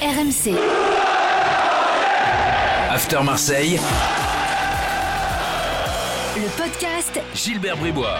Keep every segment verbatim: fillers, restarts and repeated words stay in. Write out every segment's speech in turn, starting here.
R M C. After Marseille. Le podcast Gilbert Bribois.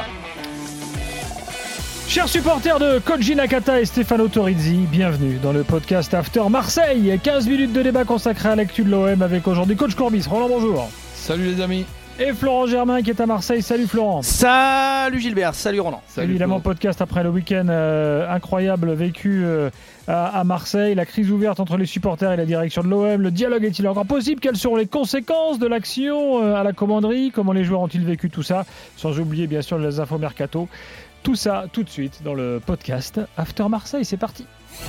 Chers supporters de Koji Nakata et Stefano Torizzi, bienvenue dans le podcast After Marseille. quinze minutes de débat consacré à l'actu de l'O M avec aujourd'hui Coach Courbis. Roland, bonjour. Salut les amis. Et Florent Germain qui est à Marseille. Salut Florent. Salut Gilbert, salut Roland. Salut Évidemment, Flo. Podcast après le week-end euh, incroyable vécu euh, à, à Marseille. La crise ouverte entre les supporters et la direction de l'O M. Le dialogue est-il encore possible? Quelles seront les conséquences de l'action euh, à la commanderie? Comment les joueurs ont-ils vécu tout ça? Sans oublier bien sûr les infos mercato. Tout ça tout de suite dans le podcast After Marseille. C'est parti.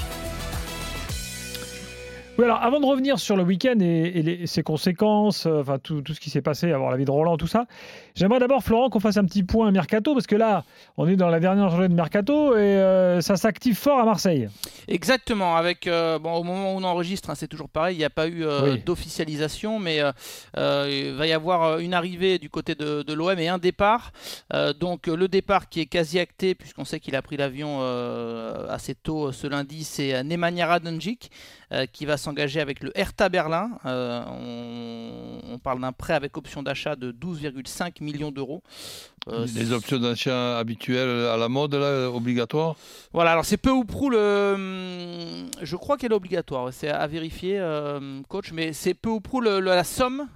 Oui, alors avant de revenir sur le week-end et, et les, ses conséquences, euh, enfin tout, tout ce qui s'est passé, avoir la vie de Roland, tout ça, j'aimerais d'abord, Florent, qu'on fasse un petit point mercato, parce que là, on est dans la dernière journée de mercato et euh, ça s'active fort à Marseille. Exactement, avec, euh, bon, au moment où on enregistre, hein, c'est toujours pareil, il n'y a pas eu euh, oui. d'officialisation, mais euh, euh, il va y avoir une arrivée du côté de, de l'O M et un départ. Euh, donc le départ qui est quasi acté, puisqu'on sait qu'il a pris l'avion euh, assez tôt ce lundi, c'est Nemanja Radonjic, euh, qui va s'engager avec le Hertha Berlin. Euh, on, on parle d'un prêt avec option d'achat de douze virgule cinq millions d'euros. Euh, Les options d'achat habituelles à la mode, là, obligatoires. Voilà, alors c'est peu ou prou le. Je crois qu'elle est obligatoire, c'est à vérifier, euh, coach, mais c'est peu ou prou le, le, la somme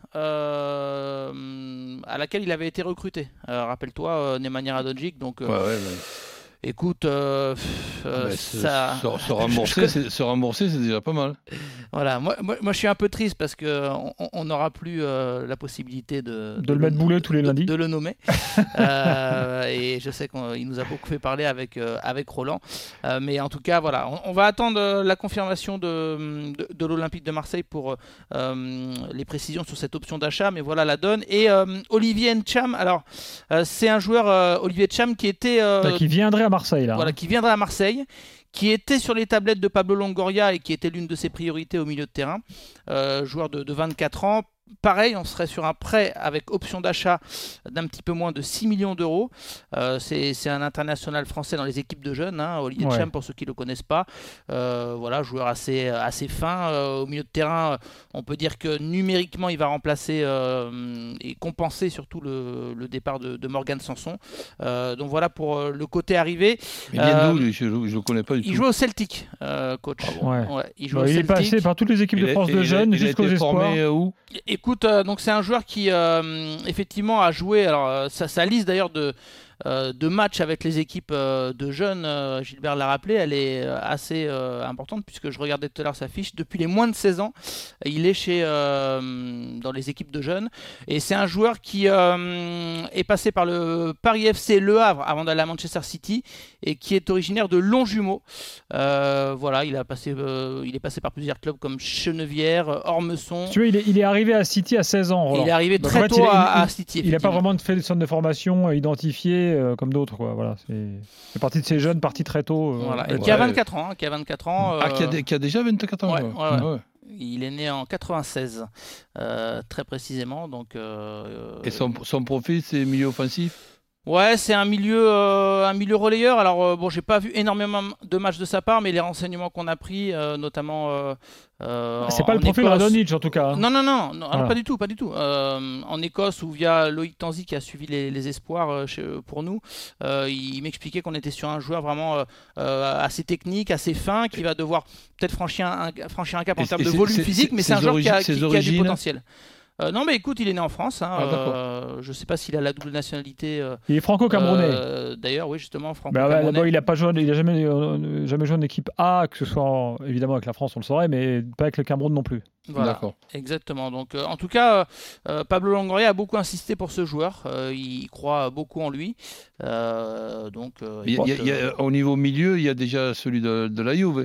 euh, à laquelle il avait été recruté. Euh, rappelle-toi, euh, Nemanja Radonjic, donc. Euh, ouais, ouais, ouais. Écoute, euh, euh, ah ça... se, se, rembourser, c'est, se rembourser, c'est déjà pas mal. Voilà, moi, moi, moi je suis un peu triste parce qu'on n'aura plus euh, la possibilité de, de, de le mettre boulet tous les lundis, de, de le nommer. euh, et je sais qu'il nous a beaucoup fait parler avec, euh, avec Roland. Euh, mais en tout cas, voilà, on, on va attendre la confirmation de, de, de l'Olympique de Marseille pour euh, les précisions sur cette option d'achat. Mais voilà la donne. Et euh, Olivier Ntcham, alors euh, c'est un joueur, euh, Olivier Ntcham, qui était. Euh, bah, qui viendrait à Marseille, là. Voilà, qui viendrait à Marseille, qui était sur les tablettes de Pablo Longoria et qui était l'une de ses priorités au milieu de terrain. Euh, joueur de, de vingt-quatre ans. Pareil, on serait sur un prêt avec option d'achat d'un petit peu moins de six millions d'euros. Euh, c'est, c'est un international français dans les équipes de jeunes, hein, Olivier Ntcham, ouais. Pour ceux qui ne le connaissent pas. Euh, voilà, joueur assez, assez fin. Euh, au milieu de terrain, on peut dire que numériquement, il va remplacer euh, et compenser surtout le, le départ de, de Morgan Sanson. Euh, donc voilà pour euh, le côté arrivé. Il vient d'où, lui ? Je ne le connais pas du tout. Il joue au Celtic, euh, coach. Ah bon. ouais. Ouais, il joue bah, au il Celtic. est passé par toutes les équipes de France de jeunes jusqu'aux espoirs. Formé où ? Écoute, euh, donc c'est un joueur qui euh, effectivement a joué. Alors euh, sa, sa liste d'ailleurs de euh, de matchs avec les équipes euh, de jeunes, euh, Gilbert l'a rappelé, elle est assez euh, importante puisque je regardais tout à l'heure sa fiche. Depuis les moins de seize ans, il est chez euh, dans les équipes de jeunes et c'est un joueur qui euh, est passé par le Paris F C Le Havre avant d'aller à Manchester City et qui est originaire de Longjumeau. Euh, voilà, il a passé, euh, il est passé par plusieurs clubs comme Chenevière, Ormesson. Tu vois, il est, il est arrivé à City à seize ans. Roland. Il est arrivé donc, très en fait, tôt il est, à, il, à City. Il n'a pas vraiment fait de centre de formation identifié euh, comme d'autres, quoi. Voilà, c'est, c'est parti de ces jeunes, parti très tôt. Euh, voilà. Et qui a vingt-quatre ans, hein, qui a vingt-quatre ans. Euh... Ah, qui a, qui a déjà vingt-quatre ans. Ouais, ouais. Ouais, ouais. Ouais. Il est né en quatre-vingt-seize, euh, très précisément. Donc. Euh, Et son, son profil, c'est milieu offensif. Ouais, c'est un milieu, euh, un milieu relayeur. Alors euh, bon, j'ai pas vu énormément de matchs de sa part, mais les renseignements qu'on a pris, euh, notamment. Euh, euh, c'est pas le profil Écosse... Radonjic en tout cas. Hein. Non, non, non, non voilà. alors, pas du tout, pas du tout. Euh, en Écosse, ou via Loïc Tanzi qui a suivi les, les espoirs euh, chez, pour nous, euh, il m'expliquait qu'on était sur un joueur vraiment euh, assez technique, assez fin, qui va devoir peut-être franchir un, franchir un cap en et, termes et de volume c'est, physique, c'est, mais c'est un joueur qui a, qui, qui a du potentiel. Euh, non, mais écoute, il est né en France. Hein, ah, euh, je ne sais pas s'il a la double nationalité. Euh, il est franco-camerounais. Euh, d'ailleurs, oui, justement, franco-camerounais. Bah, bah, il n'a pas joué, il n'a jamais, euh, jamais joué en équipe A, que ce soit en, évidemment avec la France, on le saurait, mais pas avec le Cameroun non plus. Voilà, d'accord. Exactement. Donc, euh, en tout cas, euh, Pablo Longoria a beaucoup insisté pour ce joueur. Euh, il croit beaucoup en lui. Euh, donc, euh, il y a, il y a, euh, au niveau milieu, il y a déjà celui de, de la Juve.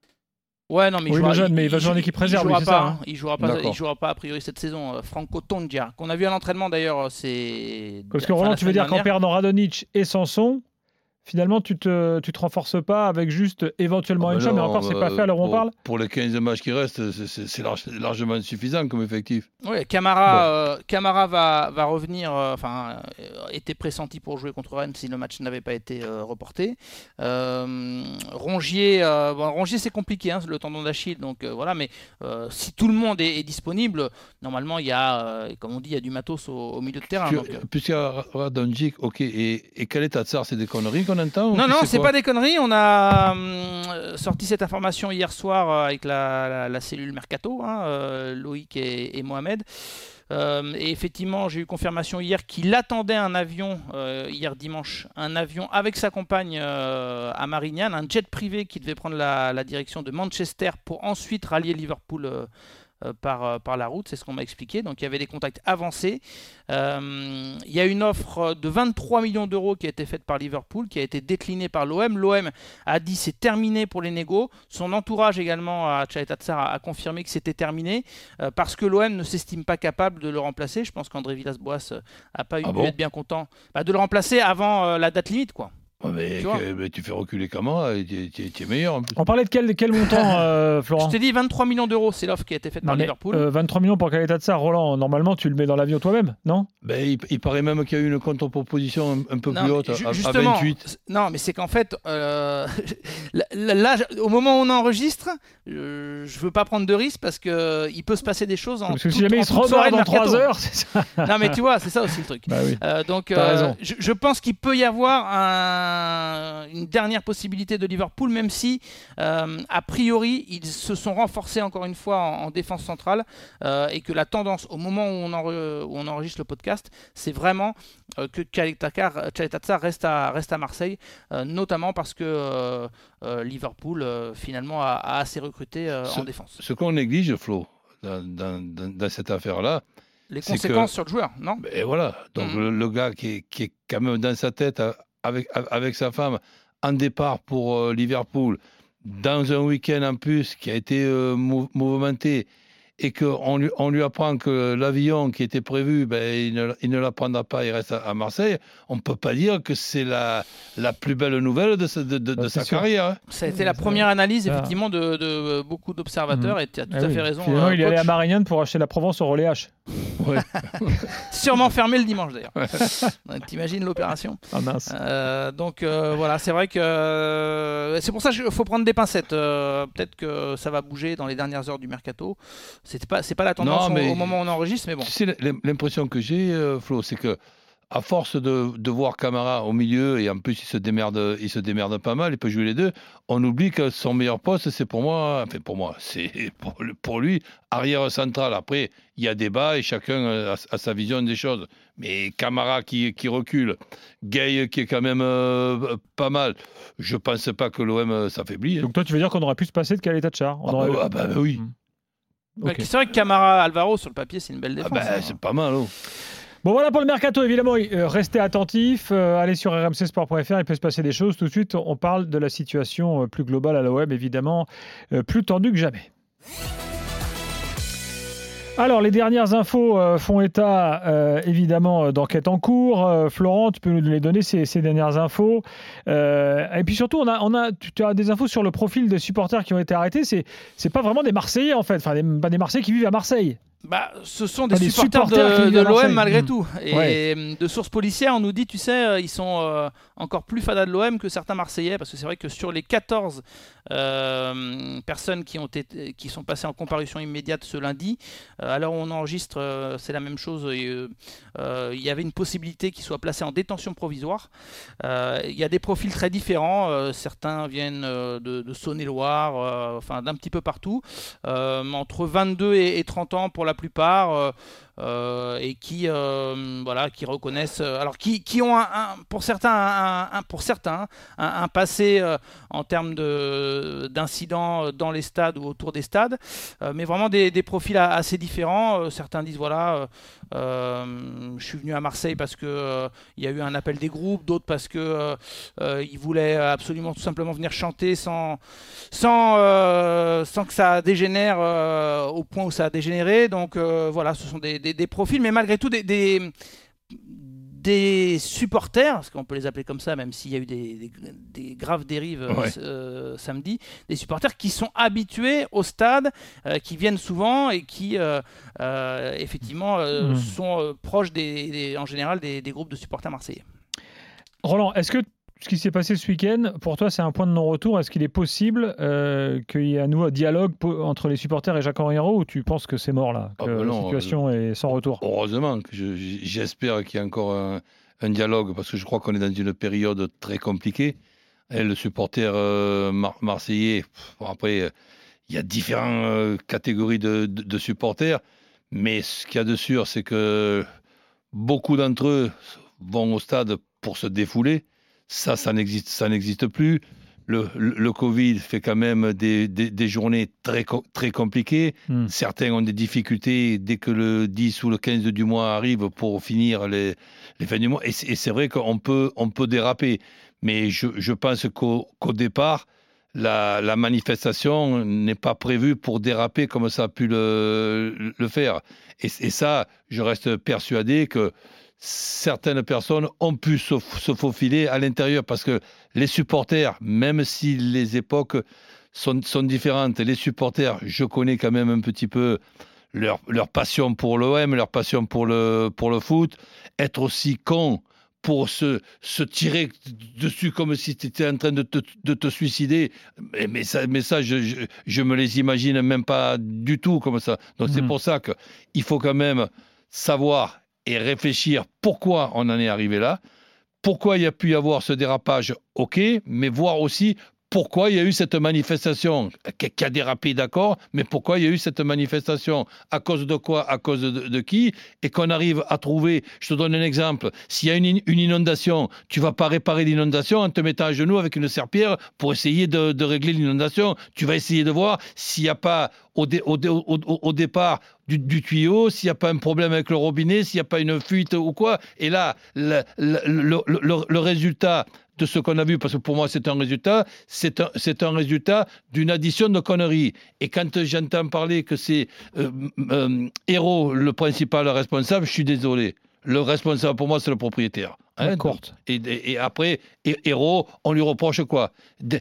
Ouais, non, mais oui, il, jouera, jeune, il, mais il va jouer en équipe réserve, il c'est pas, ça hein. Il jouera pas, il jouera pas a priori cette saison. Franco Tondia, qu'on a vu à l'entraînement d'ailleurs, c'est. Parce que Roland, tu veux dire qu'en perdant Radonjic et Sanson, Finalement, tu te, tu te renforces pas avec juste éventuellement Ah une ben chambre, mais non, encore, c'est euh, pas fait à l'heure où on pour, parle. pour les quinze matchs qui restent, c'est- c'est c'est large- largement suffisant comme effectif. Oui, Camara, euh, Camara va, va revenir, euh, enfin, euh, était pressenti pour jouer contre Rennes si le match n'avait pas été euh, reporté. Euh, Rongier, euh, bon, Rongier c'est compliqué, hein, le tendon d'Achille, donc euh, voilà, mais euh, si tout le monde est, est disponible, normalement il y a, euh, comme on dit, il y a du matos au, au milieu de terrain. Tu- donc, euh. Puisqu'il y a Radonjic, ok, et, et quel est ta tsar? C'est des conneries qu'on entend ou Non, tu non, sais c'est quoi? pas des conneries. On a hum, sorti cette information hier soir euh, avec la, la- la cellule Mercato, hein, euh, Loïc et, et Mohamed. Euh, et effectivement, j'ai eu confirmation hier qu'il attendait un avion, euh, hier dimanche, un avion avec sa compagne euh, à Marignane, un jet privé qui devait prendre la, la direction de Manchester pour ensuite rallier Liverpool euh, euh, par, euh, par la route, c'est ce qu'on m'a expliqué. Donc il y avait des contacts avancés. Euh, il y a une offre de vingt-trois millions d'euros qui a été faite par Liverpool, qui a été déclinée par l'O M. L'O M a dit c'est terminé pour les négos. Son entourage également, à Tchaïta Tsar, a, a confirmé que c'était terminé euh, parce que l'O M ne s'estime pas capable de le remplacer. Je pense qu'André Villas-Boas n'a pas eu Ah dû bon être bien content bah, de le remplacer avant euh, la date limite, quoi. Ouais, mais, Tu vois. que- mais tu fais reculer Camara et tu tu- tu es meilleur en plus. On parlait de quel, quel montant, euh, Florent? Je t'ai dit vingt-trois millions d'euros, c'est l'offre qui a été faite Non, par mais, Liverpool. euh, vingt-trois millions pour quel état de ça, Roland? Normalement, tu le mets dans l'avion toi-même, non? Ben, il, il paraît même qu'il y a eu une contre-proposition un, un peu Non, plus mais haute, ju- à, à justement, vingt-huit. c- Non, mais c'est qu'en fait, euh, là, là, je- au moment où on enregistre, euh, je veux pas prendre de risques parce que euh, il peut se passer des choses en Parce que si toute- jamais en il se toute soirée rebarre de dans trois mercato. heures, c'est ça. Non, mais tu vois, c'est ça aussi le truc. Bah oui. Euh, donc, T'as euh, raison. je, je pense qu'il peut y avoir un- une dernière possibilité de Liverpool, même si, euh, a priori, ils se sont renforcés encore une fois en, en défense centrale euh, et que la tendance, au moment où on, enre- où on enregistre le podcast, c'est vraiment euh, que Tchaïta Tsar reste à, reste à Marseille, euh, notamment parce que euh, euh, Liverpool, euh, finalement, a, a assez recruté euh, en défense. Ce qu'on néglige, Flo, dans, dans- dans- dans cette affaire-là, Les c'est conséquences que- sur le joueur, non? ben voilà. Donc Mhm. le, le gars qui est, qui est quand même dans sa tête euh, avec, avec sa femme en départ pour euh, Liverpool, dans un week-end en plus qui a été euh, mou- mouvementé, et qu'on lui, on lui apprend que l'avion qui était prévu, ben, il ne, il ne la prendra pas, il reste à, à Marseille, on ne peut pas dire que c'est la, la plus belle nouvelle de, sa- de, de- Bah, de c'est sa sûr. carrière. Hein. Ça a été la Ça- première analyse, ça- effectivement, de, de beaucoup d'observateurs, Mhm. et tu as tout Ah à oui. fait raison. Finalement, euh, il est allé coach. à Marignane pour acheter la Provence au relais H. Ouais. Sûrement fermé le dimanche, d'ailleurs. Donc, t'imagines l'opération. Ah mince. Euh, donc euh, voilà, c'est vrai que euh, c'est pour ça qu'il faut prendre des pincettes. Euh, peut-être que ça va bouger dans les dernières heures du mercato. C'était pas, c'est pas la tendance Non, mais- au, au moment où on enregistre, mais bon. Tu sais, l'im- l'impression que j'ai, euh, Flo, c'est que à force de, de voir Camara au milieu, et en plus il se démerde, il se démerde pas mal, il peut jouer les deux, on oublie que son meilleur poste, c'est pour moi, enfin pour moi, c'est pour, le- pour lui, arrière central. Après, il y a débat et chacun euh, a, a sa vision des choses. Mais Camara qui, qui recule, Gay qui est quand même euh, pas mal, je pense pas que l'O M s'affaiblit. Hein. Donc toi, tu veux dire qu'on aurait pu se passer de Kaleta Tchar? Ah bah, ah bah, bah oui, Ok. Ouais, c'est vrai que Camara Alvaro sur le papier, c'est une belle ah défense. bah, hein. c'est pas mal. Oh. Bon voilà pour le mercato, évidemment, euh, restez attentifs, euh, allez sur r m c sport point f r, il peut se passer des choses. Tout de suite, on parle de la situation euh, plus globale à l'O M, évidemment, euh, plus tendue que jamais. Alors, les dernières infos euh, font état, euh, évidemment, euh, d'enquêtes en cours. Euh, Florent, tu peux nous les donner, ces, ces dernières infos. Euh, et puis surtout, on a, on a, tu, tu as des infos sur le profil des supporters qui ont été arrêtés. C'est, c'est pas vraiment des Marseillais, en fait, enfin, des, pas des Marseillais qui vivent à Marseille. Bah, ce sont des Pas des supporters, supporters qui de, vivent de à l'O M Marseille. malgré Mmh. tout. Et Ouais. de sources policières, on nous dit, tu sais, euh, ils sont euh, encore plus fadas de l'O M que certains Marseillais, parce que c'est vrai que sur les quatorze euh, personnes qui, ont été, qui sont passées en comparution immédiate ce lundi, euh, à l'heure où on enregistre, euh, c'est la même chose. Et, euh, euh, il y avait une possibilité qu'ils soient placés en détention provisoire. Euh, il y a des profils très différents. Euh, certains viennent euh, de, de Saône-et-Loire, euh, enfin d'un petit peu partout. Euh, entre vingt-deux et, et trente ans pour la plupart. Euh, Euh, et qui euh, voilà qui reconnaissent euh, alors qui, qui ont un, un- pour certains un, un- pour certains un, un passé euh, en termes de d'incidents dans les stades ou autour des stades, euh, mais vraiment des, des profils a- assez différents. Euh, certains disent voilà euh, euh, je suis venu à Marseille parce que euh, il y a eu un appel des groupes, d'autres parce que euh, euh, ils voulaient absolument tout simplement venir chanter sans sans euh, sans que ça dégénère euh, au point où ça a dégénéré. Donc euh, voilà, ce sont des, des, des profils, mais malgré tout des, des, des supporters, parce qu'on peut les appeler comme ça, même s'il y a eu des, des, des graves dérives Ouais. euh, samedi, des supporters qui sont habitués au stade, euh, qui viennent souvent et qui euh, euh, effectivement euh, Mmh. sont euh, proches des, des- en général des, des groupes de supporters marseillais. Roland, est-ce que ce qui s'est passé ce week-end, pour toi, c'est un point de non-retour? Est-ce qu'il est possible euh, qu'il y ait à nouveau un dialogue po- entre les supporters et Jacques Henriero, ou tu penses que c'est mort là, que Ah ben la non, situation est sans retour? Heureusement que je- j'espère qu'il y a encore un, un dialogue parce que je crois qu'on est dans une période très compliquée. Et le supporter euh, mar- marseillais, pff, bon, après, euh, il y a différentes euh, catégories de, de- de supporters, mais ce qu'il y a de sûr, c'est que beaucoup d'entre eux vont au stade pour se défouler. Ça, ça n'existe, ça n'existe plus. Le, le, le Covid fait quand même des, des, des journées très, co- très compliquées. Hmm. Certains ont des difficultés dès que le dix ou le quinze du mois arrive pour finir les, les fins du mois. Et c'est, et c'est vrai qu'on peut, on peut déraper. Mais je, je pense qu'au, qu'au départ, la, la manifestation n'est pas prévue pour déraper comme ça a pu le, le faire. Et, et ça, je reste persuadé que certaines personnes ont pu se, se faufiler à l'intérieur parce que les supporters, même si les époques sont, sont différentes, les supporters, je connais quand même un petit peu leur, leur passion pour l'O M, leur passion pour le, pour le foot, être aussi con pour se, se tirer dessus comme si tu étais en train de te, de te suicider. Mais, mais ça, mais ça je, je, je me les imagine même pas du tout comme ça. Donc mmh. c'est pour ça qu'il faut quand même savoir et réfléchir pourquoi on en est arrivé là, pourquoi il y a pu y avoir ce dérapage, ok, mais voir aussi pourquoi il y a eu cette manifestation qui a dérapé, d'accord, mais pourquoi il y a eu cette manifestation, à cause de quoi, à cause de, de qui, et qu'on arrive à trouver, je te donne un exemple, s'il y a une, une inondation, tu ne vas pas réparer l'inondation en te mettant à genoux avec une serpillière pour essayer de, de régler l'inondation, tu vas essayer de voir s'il n'y a pas au, dé, au, au, au, au départ du, du tuyau, s'il n'y a pas un problème avec le robinet, s'il n'y a pas une fuite ou quoi, et là, le, le, le, le, le résultat de ce qu'on a vu, parce que pour moi c'est un résultat, c'est un, c'est un résultat d'une addition de conneries. Et quand j'entends parler que c'est euh, euh, Hérault le principal responsable, je suis désolé. Le responsable pour moi c'est le propriétaire. Hein, et, et, et après, Hérault, on lui reproche quoi?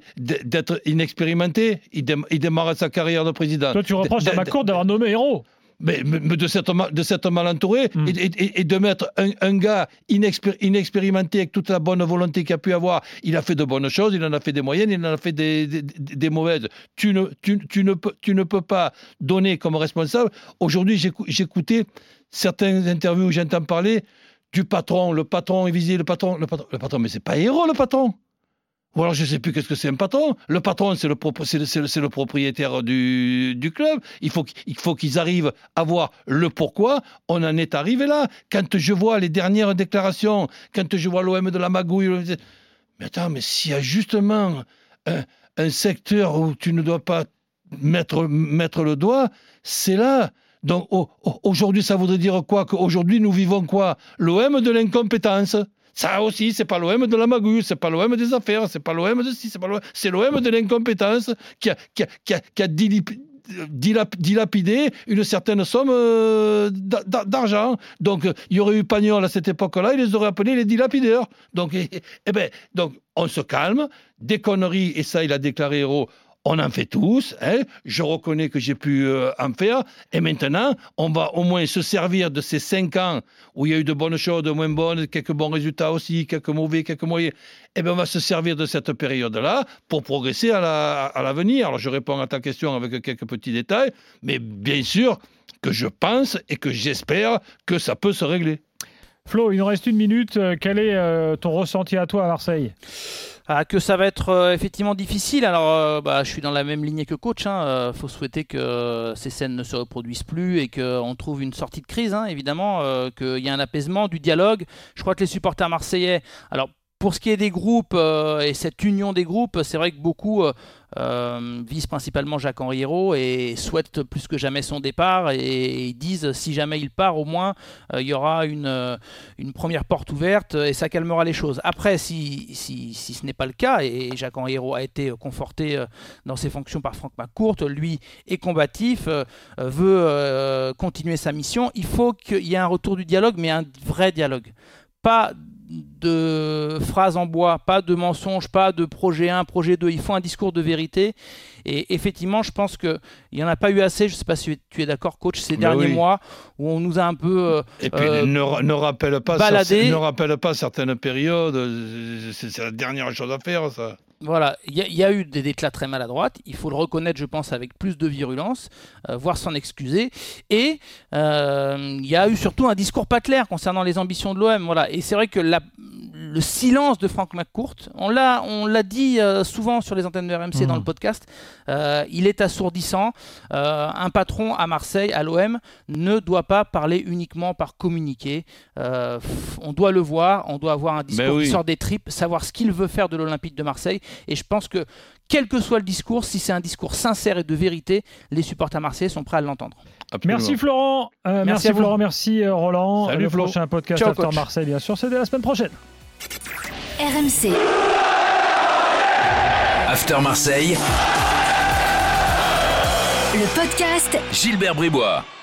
D'être inexpérimenté. Il, dé, il démarre sa carrière de président. Toi tu reproches à Macourt d'avoir nommé Hérault? Mais, mais de s'être de s'être mal entouré mmh. et, et, et de mettre un, un gars inexpér, inexpérimenté avec toute la bonne volonté qu'il a pu avoir. Il a fait de bonnes choses, il en a fait des moyennes, il en a fait des, des, des mauvaises. Tu ne, tu, tu, ne peux, tu ne peux pas donner comme responsable. Aujourd'hui, j'écoutais certaines interviews où j'entends parler du patron. Le patron est visé, le patron, le patron, le patron. Mais c'est pas Hérault, le patron. Ou alors je ne sais plus qu'est-ce que c'est un patron. Le patron, c'est le, c'est le, c'est le, c'est le propriétaire du, du club. Il faut, il faut qu'ils arrivent à voir le pourquoi on en est arrivé là. Quand je vois les dernières déclarations, quand je vois l'O M de la magouille, mais attends, mais s'il y a justement un, un secteur où tu ne dois pas mettre, mettre le doigt, c'est là. Donc oh, oh, aujourd'hui, ça voudrait dire quoi? Qu'aujourd'hui, nous vivons quoi? L'O M de l'incompétence. Ça aussi, c'est pas l'O M de la magouille, c'est pas l'O M des affaires, c'est pas l'O M de si, c'est pas l'O M, c'est l'O M de l'incompétence qui a, qui a, qui a, qui a dilip, dilap, dilapidé une certaine somme euh, d'argent. Donc, il y aurait eu Pagnol à cette époque-là, il les aurait appelés les dilapideurs. Donc, eh, eh ben, donc, on se calme, des conneries, et ça, il a déclaré Hérault. On en fait tous, hein. Je reconnais que j'ai pu euh, en faire, et maintenant, on va au moins se servir de ces cinq ans où il y a eu de bonnes choses, de moins bonnes, quelques bons résultats aussi, quelques mauvais, quelques moyens. Eh bien, on va se servir de cette période-là pour progresser à, la, à l'avenir. Alors, je réponds à ta question avec quelques petits détails, mais bien sûr que je pense et que j'espère que ça peut se régler. Flo, il nous reste une minute. Quel est euh, ton ressenti à toi à Marseille ? Ah, que ça va être euh, effectivement difficile. Alors, euh, bah, je suis dans la même lignée que coach. Il hein. euh, faut souhaiter que euh, ces scènes ne se reproduisent plus et qu'on trouve une sortie de crise, hein, évidemment, euh, qu'il y ait un apaisement, du dialogue. Je crois que les supporters marseillais... Alors, pour ce qui est des groupes euh, et cette union des groupes, c'est vrai que beaucoup euh, euh, visent principalement Jacques-Henri Hérault et souhaitent plus que jamais son départ et ils disent si jamais il part, au moins euh, il y aura une, euh, une première porte ouverte et ça calmera les choses. Après, si, si, si ce n'est pas le cas et Jacques-Henri Hérault a été conforté euh, dans ses fonctions par Franck Macourt, lui est combatif, euh, veut euh, continuer sa mission, il faut qu'il y ait un retour du dialogue, mais un vrai dialogue. pas de phrases en bois, pas de mensonges, pas de projet un, projet deux. Il faut un discours de vérité. Et effectivement, je pense qu'il n'y en a pas eu assez. Je ne sais pas si tu es d'accord, coach, ces bah derniers oui. mois où on nous a un peu euh, Et puis, euh, ne, ne, rappelle pas baladé. Ça, ne rappelle pas certaines périodes. C'est, c'est la dernière chose à faire, ça. Voilà, il y, y a eu des déclats très maladroits, il faut le reconnaître, je pense, avec plus de virulence, euh, voire s'en excuser. Et il euh, y a eu surtout un discours pas clair concernant les ambitions de l'O M. Voilà. Et c'est vrai que la, le silence de Franck McCourt, on l'a, on l'a dit euh, souvent sur les antennes de R M C mmh. dans le podcast, euh, il est assourdissant. Euh, un patron à Marseille, à l'O M, ne doit pas parler uniquement par communiqué. Euh, on doit le voir, on doit avoir un discours oui. qui sort des tripes, savoir ce qu'il veut faire de l'Olympique de Marseille. Et je pense que, quel que soit le discours, si c'est un discours sincère et de vérité, les supporters marseillais sont prêts à l'entendre. Absolument. Merci Florent, euh, merci, merci Florent, merci euh, Roland. Salut le Flo. prochain podcast Ciao, After coach. Marseille, bien sûr, c'est dès la semaine prochaine. R M C After Marseille, le podcast Gilbert Bribois.